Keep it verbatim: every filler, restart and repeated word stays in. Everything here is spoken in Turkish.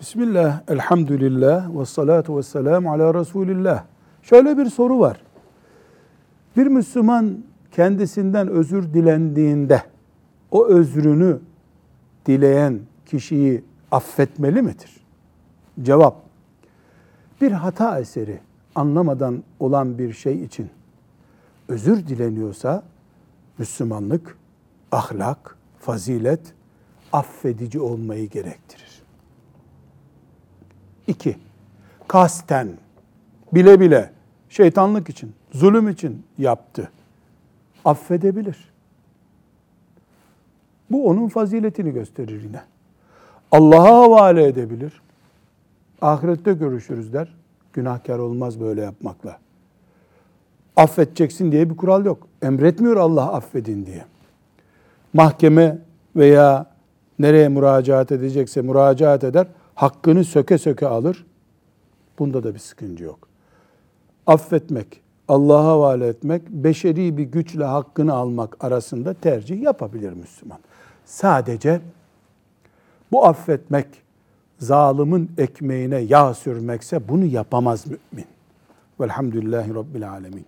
Bismillah, elhamdülillah, ve salatu ve selamu ala Resulillah. Şöyle bir soru var. Bir Müslüman kendisinden özür dilendiğinde o özrünü dileyen kişiyi affetmeli midir? Cevap, bir hata eseri anlamadan olan bir şey için özür dileniyorsa Müslümanlık, ahlak, fazilet, affedici olmayı gerektirir. İki, kasten, bile bile, şeytanlık için, zulüm için yaptı. Affedebilir. Bu onun faziletini gösterir yine. Allah'a havale edebilir. Ahirette görüşürüz der. Günahkar olmaz böyle yapmakla. Affedeceksin diye bir kural yok. Emretmiyor Allah affedin diye. Mahkeme veya nereye müracaat edecekse müracaat eder. Hakkını söke söke alır. Bunda da bir sıkıntı yok. Affetmek, Allah'a havale etmek, beşeri bir güçle hakkını almak arasında tercih yapabilir Müslüman. Sadece bu affetmek, zalimin ekmeğine yağ sürmekse bunu yapamaz mümin. Velhamdülillahi Rabbil alemin.